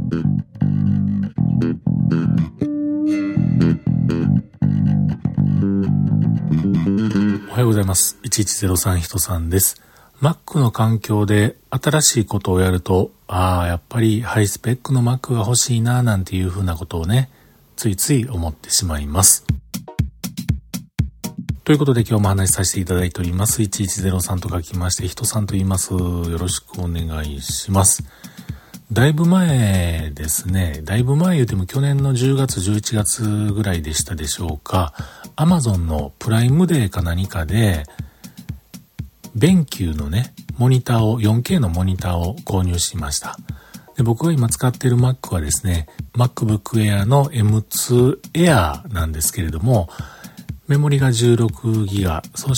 おはようございます。1103人さんです。Mac の環境で新しいことをやると、やっぱりハイスペックの Mac が欲しいななんていうふうなことをね、ついつい思ってしまいます。ということで今日も話しさせていただいております。1103と書きまして人さんと言います。よろしくお願いします。だいぶ前ですね。だいぶ前言うても去年の10月11月ぐらいでしたでしょうか。Amazon のプライムデーか何かでBenQのね、モニターを 4K のモニターを購入しました。で、僕が今使っている Mac はですね、MacBook Air の M2 Air なんですけれども、メモリが 16GB、そして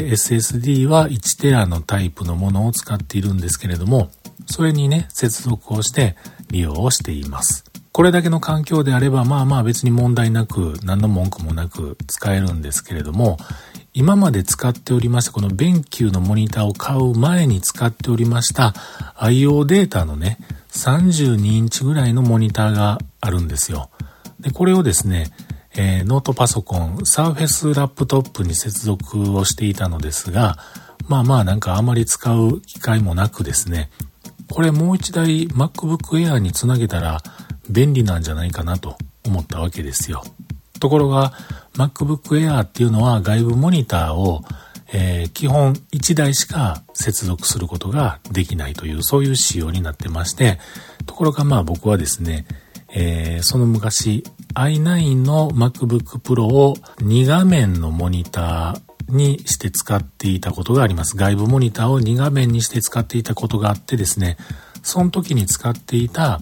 SSD は 1TB のタイプのものを使っているんですけれども、それにね、接続をして利用をしています。これだけの環境であれば、別に問題なく、何の文句もなく使えるんですけれども、今まで使っておりましたこのBenQのモニターを買う前に使っておりました IO データのね、32インチぐらいのモニターがあるんですよ。で、これをですね、ノートパソコン、Surface ラップトップに接続をしていたのですが、なんかあまり使う機会もなくですね、これもう一台 MacBook Air につなげたら便利なんじゃないかなと思ったわけですよ。ところが MacBook Air っていうのは外部モニターを、基本1台しか接続することができないというそういう仕様になってまして、ところが僕はですね、その昔 i9 の MacBook Pro を2画面のモニターにして使っていたことがあります。外部モニターを2画面にして使っていたことがあってですね、その時に使っていた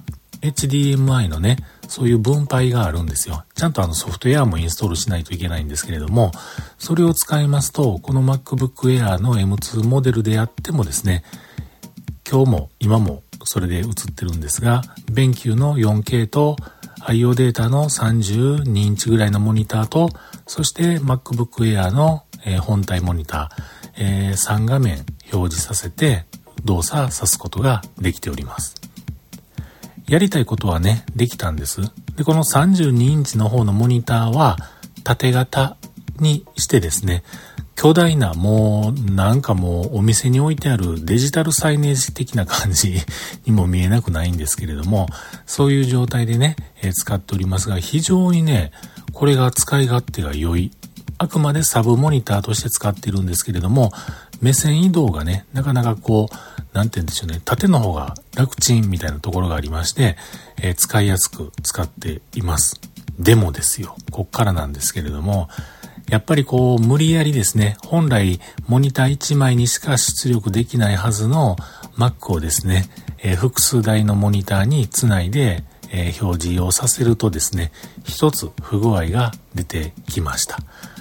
HDMI のね、そういう分配があるんですよ。ちゃんとソフトウェアもインストールしないといけないんですけれども、それを使いますと、この MacBook Air の M2 モデルであってもですね、今日も今もそれで映ってるんですが、BenQの 4K と IO データの32インチぐらいのモニターと、そして MacBook Air の本体モニター、3画面表示させて動作さすことができております。やりたいことはね、できたんです。で、この32インチの方のモニターは縦型にしてですね、巨大なもうお店に置いてあるデジタルサイネージ的な感じにも見えなくないんですけれども、そういう状態でね、使っておりますが、非常にね、これが使い勝手が良い。あくまでサブモニターとして使っているんですけれども、目線移動がね、なかなかなんて言うんでしょうね、縦の方が楽ちんみたいなところがありまして、使いやすく使っています。でもですよ、こっからなんですけれども、やっぱり無理やりですね、本来モニター1枚にしか出力できないはずの Mac をですね、複数台のモニターにつないで、表示をさせるとですね、一つ不具合が出てきました。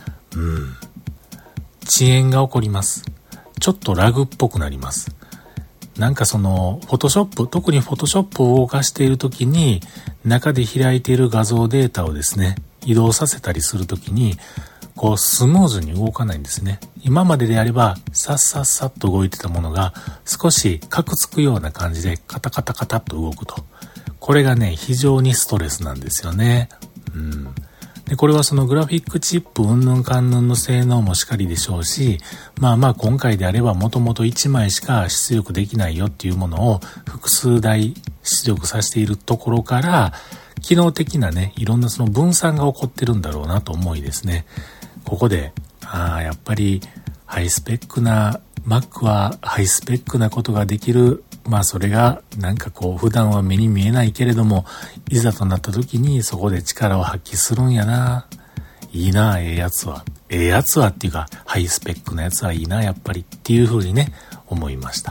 遅延が起こります。ちょっとラグっぽくなります。なんかPhotoshop、特に Photoshop を動かしているときに、中で開いている画像データをですね、移動させたりするときに、スムーズに動かないんですね。今までであれば、さっさっさっと動いてたものが、少しカクつくような感じで、カタカタカタっと動くと。これがね、非常にストレスなんですよね。で、これはそのグラフィックチップうんぬんかんぬんの性能もしかりでしょうし、今回であればもともと1枚しか出力できないよっていうものを複数台出力させているところから、機能的なね、いろんなその分散が起こってるんだろうなと思いですね。ここで、やっぱりハイスペックな Mac はハイスペックなことができる。それが普段は目に見えないけれども、いざとなった時にそこで力を発揮するんやな。いいな、ええやつはっていうか、ハイスペックなやつはいいな、やっぱりっていう風にね、思いました。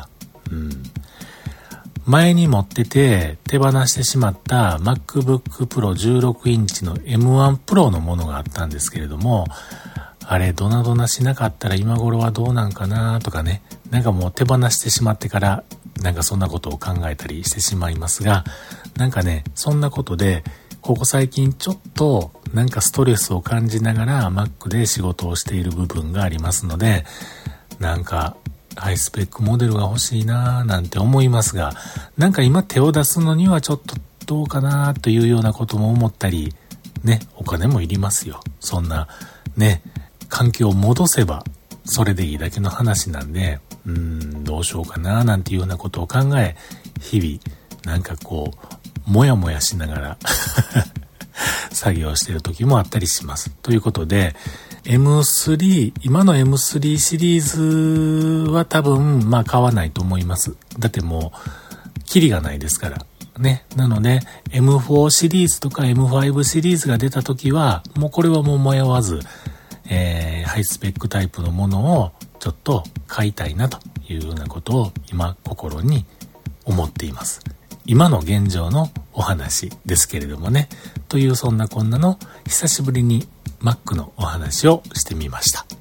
前に持ってて手放してしまった MacBook Pro 16インチの M1 Pro のものがあったんですけれども、あれドナドナしなかったら今頃はどうなんかなとかね、もう手放してしまってからそんなことを考えたりしてしまいますが、そんなことでここ最近ちょっとストレスを感じながら Mac で仕事をしている部分がありますので、ハイスペックモデルが欲しいなーなんて思いますが、今手を出すのにはちょっとどうかなというようなことも思ったり、ね、お金もいりますよ。そんな、ね、環境を戻せば、それでいいだけの話なんで、どうしようかななんていうようなことを考え、日々、なんかこう、もやもやしながら、作業している時もあったりします。ということで、M3、今の M3 シリーズは多分、買わないと思います。だってもう、キリがないですから。ね。なので、M4 シリーズとか M5 シリーズが出た時は、もうこれはもう迷わず、ハイスペックタイプのものをちょっと買いたいなというようなことを今心に思っています。今の現状のお話ですけれどもね。というそんなこんなの久しぶりに Mac のお話をしてみました。